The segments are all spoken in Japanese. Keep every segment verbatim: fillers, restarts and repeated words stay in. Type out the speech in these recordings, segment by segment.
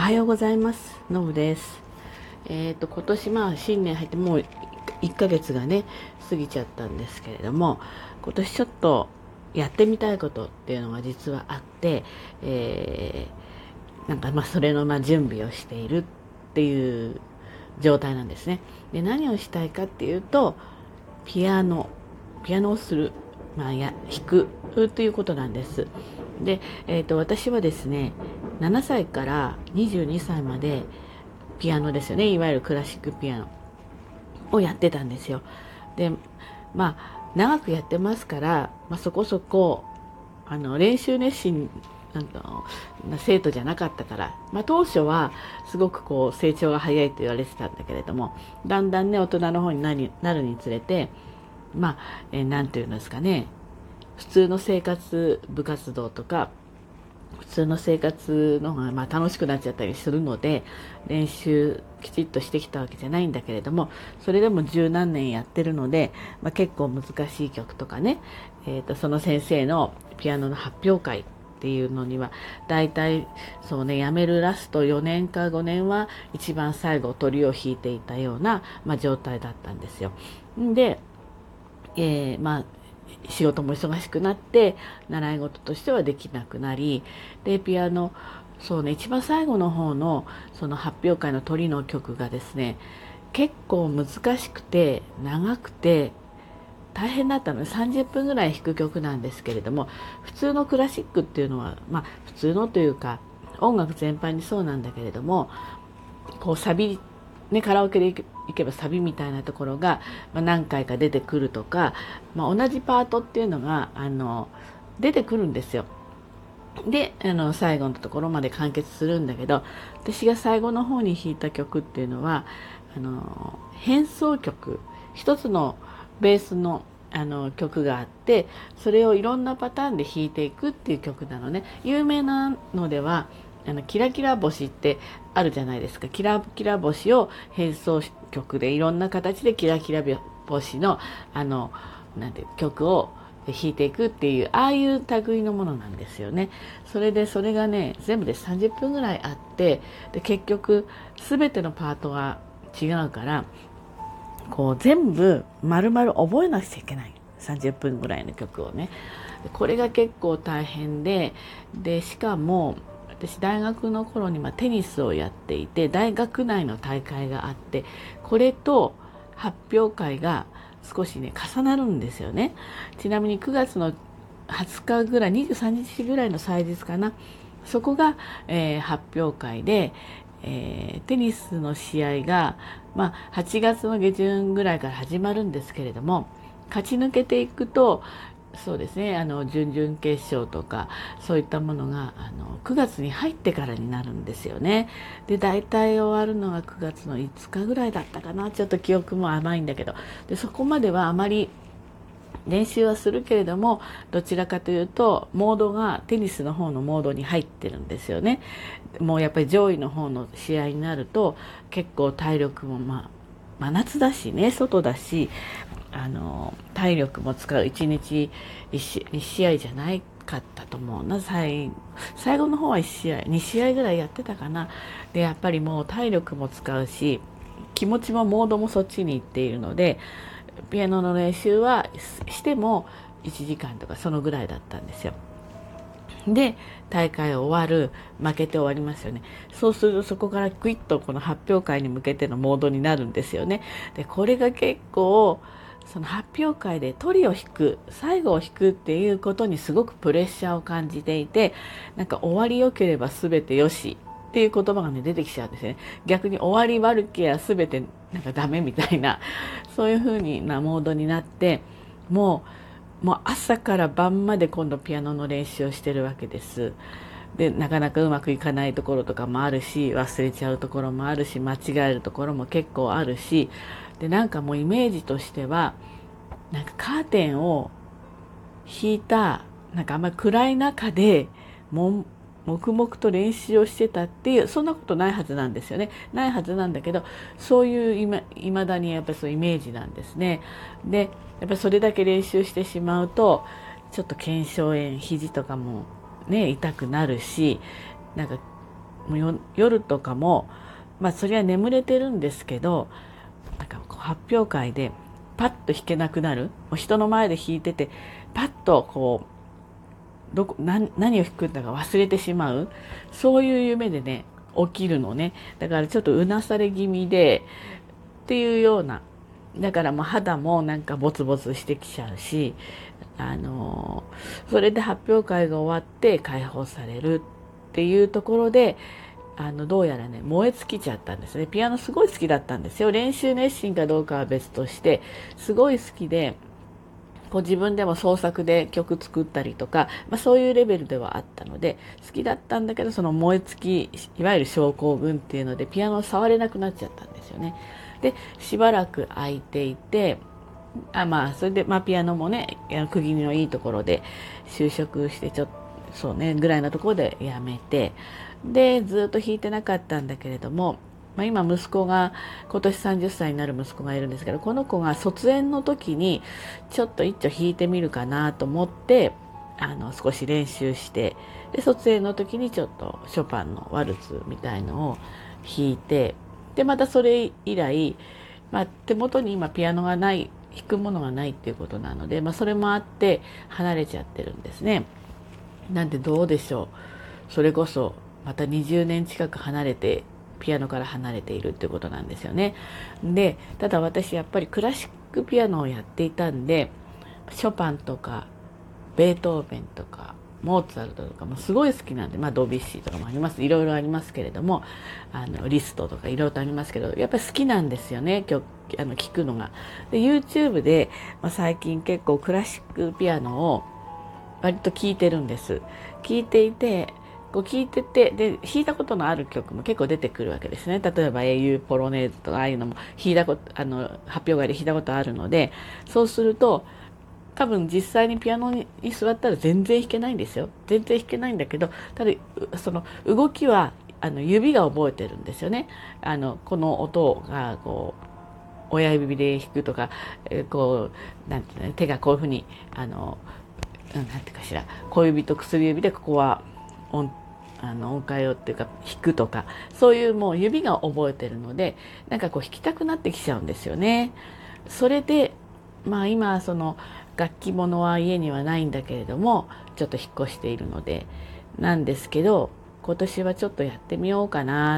はようございます。のぶです。えっ、と今年まあ新年入ってもういっかげつがね過ぎちゃったんですけれども、今年ちょっとやってみたいことっていうのが実はあって、えー、なんかまあそれのまあ準備をしているっていう状態なんですね。で、何をしたいかっていうと、ピアノピアノをする、まあ、や弾くということなんです。で、えー、と私はですねななさいからにじゅうにさいまでピアノですよね、いわゆるクラシックピアノをやってたんですよ。で、まあ長くやってますから、まあ、そこそこあの練習熱心なんな生徒じゃなかったから、まあ、当初はすごくこう成長が早いと言われてたんだけれども、だんだんね大人の方になりなるにつれて、まあ、えー、なんていうんですかね、普通の生活部活動とか普通の生活の方がまあ楽しくなっちゃったりするので、練習きちっとしてきたわけじゃないんだけれども、それでも十何年やってるので、まあ、結構難しい曲とかね、えー、とその先生のピアノの発表会っていうのにはだいたいそうね、辞めるラストよねんかごねんは一番最後鳥を弾いていたような、まあ、状態だったんですよ。で、えー、まあ仕事も忙しくなって習い事としてはできなくなり、でピアノ、そうね、一番最後の方のその発表会の鳥の曲がですね、結構難しくて長くて大変だったのでさんじゅっぷんぐらい弾く曲なんですけれども、普通のクラシックっていうのは、まあ普通のというか音楽全般にそうなんだけれども、こうサビね、カラオケで行けばサビみたいなところが、まあ、何回か出てくるとか、まあ、同じパートっていうのがあの出てくるんですよ。で、あの最後のところまで完結するんだけど、私が最後の方に弾いた曲っていうのはあの変奏曲、一つのベースのあの曲があって、それをいろんなパターンで弾いていくっていう曲なのね。有名なのではあのキラキラ星ってあるじゃないですか。キラキラ星を変奏曲でいろんな形でキラキラ星のあのなんて曲を弾いていくっていう、ああいう類のものなんですよね。それでそれがね全部でさんじゅっぷんぐらいあって、で結局全てのパートが違うから、こう全部丸々覚えなくちゃいけない、さんじゅっぷんぐらいの曲をね。これが結構大変で、でしかも私大学の頃にまあテニスをやっていて、大学内の大会があって、これと発表会が少しね重なるんですよね。ちなみにくがつのはつかぐらい、にじゅうさんにちぐらいの祭日かな、そこが、えー、発表会で、えー、テニスの試合が、まあ、はちがつの下旬ぐらいから始まるんですけれども、勝ち抜けていくと、そうですね、あの準々決勝とかそういったものがあのくがつに入ってからになるんですよね。で大体終わるのがくがつのいつかぐらいだったかな、ちょっと記憶も甘いんだけど、でそこまではあまり練習はするけれども、どちらかというとモードがテニスの方のモードに入ってるんですよね。もうやっぱり上位の方の試合になると結構体力も、まあ真夏だしね、外だし、あの体力も使う、いちにちいち試合じゃないかったと思うな。最最後の方はいち試合に試合ぐらいやってたかな。でやっぱりもう体力も使うし、気持ちもモードもそっちに行っているので、ピアノの練習はしてもいちじかんとかそのぐらいだったんですよ。で大会終わる、負けて終わりますよね。そうするとそこからクイッとこの発表会に向けてのモードになるんですよね。でこれが結構その発表会でトリを弾く、最後を弾くっていうことにすごくプレッシャーを感じていて、なんか終わり良ければ全てよしっていう言葉がね出てきちゃうんですね。逆に終わり悪ければ全てなんかダメみたいな、そういう風になモードになって、もうもう朝から晩まで今度ピアノの練習をしてるわけです。でなかなかうまくいかないところとかもあるし、忘れちゃうところもあるし、間違えるところも結構あるし、でなんかもうイメージとしてはなんかカーテンを引いた、なんかあんまり暗い中でも黙々と練習をしてたっていう、そんなことないはずなんですよね。ないはずなんだけど、そういういま未だにやっぱりそういうイメージなんですね。でやっぱりそれだけ練習してしまうとちょっと腱鞘炎、肘とかもね痛くなるし、なんかもうよ夜とかも、まあそれは眠れてるんですけど、なんかこう発表会でパッと弾けなくなる、もう人の前で弾いててパッとこうどこ 何, 何を弾くんだか忘れてしまう、そういう夢でね起きるのね。だからちょっとうなされ気味でっていうような、だからもう肌もなんかボツボツしてきちゃうし、あのそれで発表会が終わって解放されるっていうところで、あのどうやらね燃え尽きちゃったんですね。ピアノすごい好きだったんですよ。練習熱心かどうかは別としてすごい好きで、こう自分でも創作で曲作ったりとか、まあ、そういうレベルではあったので好きだったんだけど、その燃え尽き、いわゆる症候群っていうのでピアノを触れなくなっちゃったんですよね。でしばらく空いていて、あまあそれで、まあ、ピアノもね区切りのいいところで就職してちょっとそうねぐらいのところでやめて、でずっと弾いてなかったんだけれども、まあ、今息子が今年さんじゅっさいになる息子がいるんですけど、この子が卒園の時にちょっと一丁弾いてみるかなと思ってあの少し練習して、で卒園の時にちょっとショパンのワルツみたいのを弾いて、でまたそれ以来、まあ、手元に今ピアノがない、弾くものがないっていうことなので、まあ、それもあって離れちゃってるんですね。なんでどうでしょう、それこそまたにじゅうねん近く離れてピアノから離れているっていうことなんですよね。でただ私やっぱりクラシックピアノをやっていたんで、ショパンとかベートーベンとかモーツァルトとかもすごい好きなんで、まあドビュッシーとかもあります、いろいろありますけれども、あのリストとかいろいろとありますけど、やっぱり好きなんですよね、曲あの聴くのが。で YouTube で、まあ、最近結構クラシックピアノを割と聴いてるんです。聴いていてこう聴いてて、で弾いたことのある曲も結構出てくるわけですね。例えば英雄ポロネーズとかああいうのも弾いたこと、あの発表会で弾いたことあるので、そうすると多分実際にピアノに座ったら全然弾けないんですよ。全然弾けないんだけど、ただその動きはあの指が覚えてるんですよね。あのこの音がこう親指で弾くとか、こうなんていうの、手がこういうふうにあのなんていうかしら、小指と薬指でここは音あの音階をっていうか弾くとか、そういうもう指が覚えてるので、なんかこう弾きたくなってきちゃうんですよね。それでまあ今その楽器物は家にはないんだけれども、ちょっと引っ越しているのでなんですけど、今年はちょっとやってみようかなって、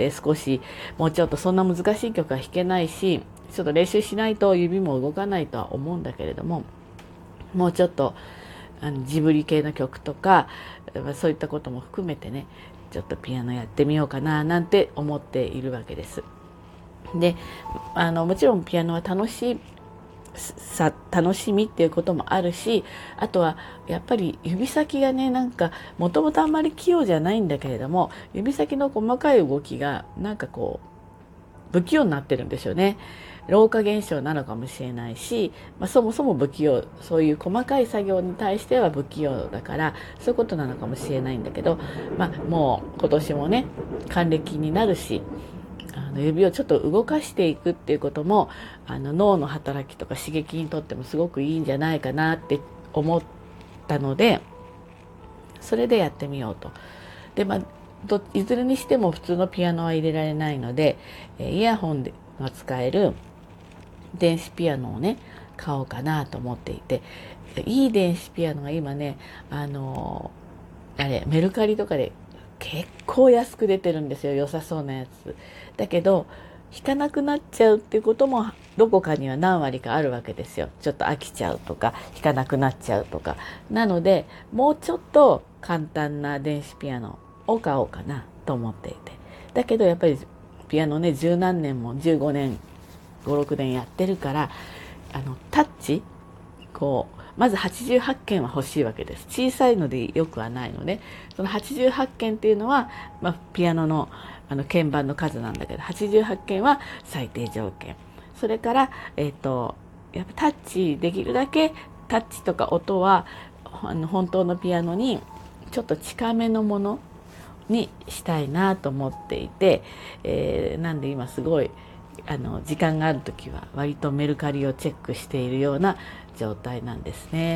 少しもうちょっと、そんな難しい曲は弾けないし、ちょっと練習しないと指も動かないとは思うんだけれども、もうちょっとあのジブリ系の曲とかそういったことも含めてね、ちょっとピアノやってみようかななんて思っているわけです。であのもちろんピアノは楽しいさ楽しみっていうこともあるし、あとはやっぱり指先がね、なんかもともとあんまり器用じゃないんだけれども、指先の細かい動きがなんかこう不器用になってるんですよね。老化現象なのかもしれないし、まあ、そもそも不器用、そういう細かい作業に対しては不器用だから、そういうことなのかもしれないんだけど、まあ、もう今年もね還暦になるし、あの指をちょっと動かしていくっていうことも、あの脳の働きとか刺激にとってもすごくいいんじゃないかなって思ったので、それでやってみようと。で、まあ、どいずれにしても普通のピアノは入れられないので、イヤホンが使える電子ピアノをね買おうかなと思っていて、いい電子ピアノが今ね、あのあれメルカリとかで結構安く出てるんですよ、良さそうなやつだけど、弾かなくなっちゃうっていうこともどこかには何割かあるわけですよ。ちょっと飽きちゃうとか弾かなくなっちゃうとか。なのでもうちょっと簡単な電子ピアノを買おうかなと思っていて、だけどやっぱりピアノね十何年もじゅうごねんごろくねんやってるから、あのタッチこうまずはちじゅうはちけんは欲しいわけです。小さいのでよくはないので、そのはちじゅうはちけんっていうのは、まあ、ピアノのあの鍵盤の数なんだけど、はちじゅうはちけんは最低条件。それから、えっと、やっぱタッチできるだけタッチとか音はあの本当のピアノにちょっと近めのものにしたいなと思っていて、えー、なんで今すごいあの時間があるときは割とメルカリをチェックしているような状態なんですね。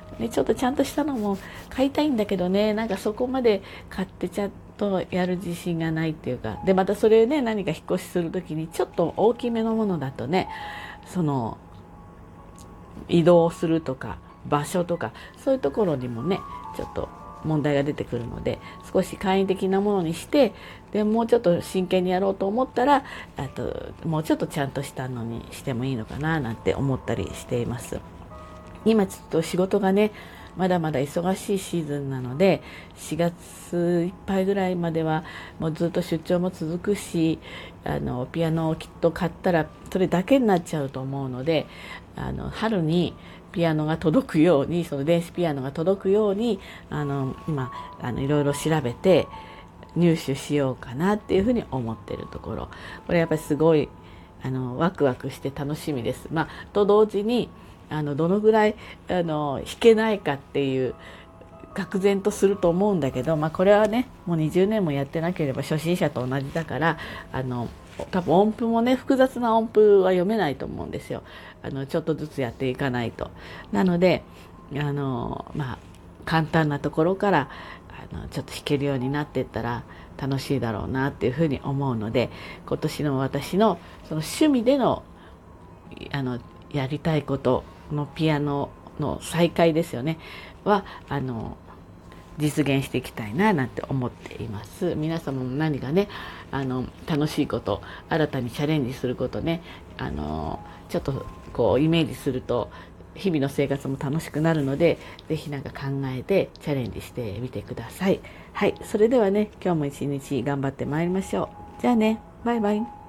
でちょっとちゃんとしたのも買いたいんだけどね、なんかそこまで買ってちゃんとやる自信がないっていうか、でまたそれね、何か引っ越しする時にちょっと大きめのものだとね、その移動するとか場所とかそういうところにもねちょっと問題が出てくるので、少し簡易的なものにして、でもうちょっと真剣にやろうと思ったら、あともうちょっとちゃんとしたのにしてもいいのかななんて思ったりしています。今ちょっと仕事がねまだまだ忙しいシーズンなので、しがついっぱいぐらいまではもうずっと出張も続くし、あのピアノをきっと買ったらそれだけになっちゃうと思うので、あの春にピアノが届くように、その電子ピアノが届くように、あの今あのいろいろ調べて入手しようかなっていうふうに思っているところ。これやっぱりすごいあのワクワクして楽しみです。まあ、と同時にあのどのぐらいあの弾けないかっていう愕然とすると思うんだけど、まあ、これはねもうにじゅうねんもやってなければ初心者と同じだから、あの多分音符もね複雑な音符は読めないと思うんですよ。あのちょっとずつやっていかないと。なのであの、まあ、簡単なところからあのちょっと弾けるようになっていったら楽しいだろうなっていうふうに思うので、今年の私のその趣味でのあのやりたいことのピアノの再開ですよねはあの実現していきたいななんて思っています。皆様も何かねあの楽しいこと、新たにチャレンジすることね、あのちょっとこうイメージすると日々の生活も楽しくなるので、ぜひなんか考えてチャレンジしてみてください。はい、それではね今日も一日頑張ってまいりましょう。じゃあね、バイバイ。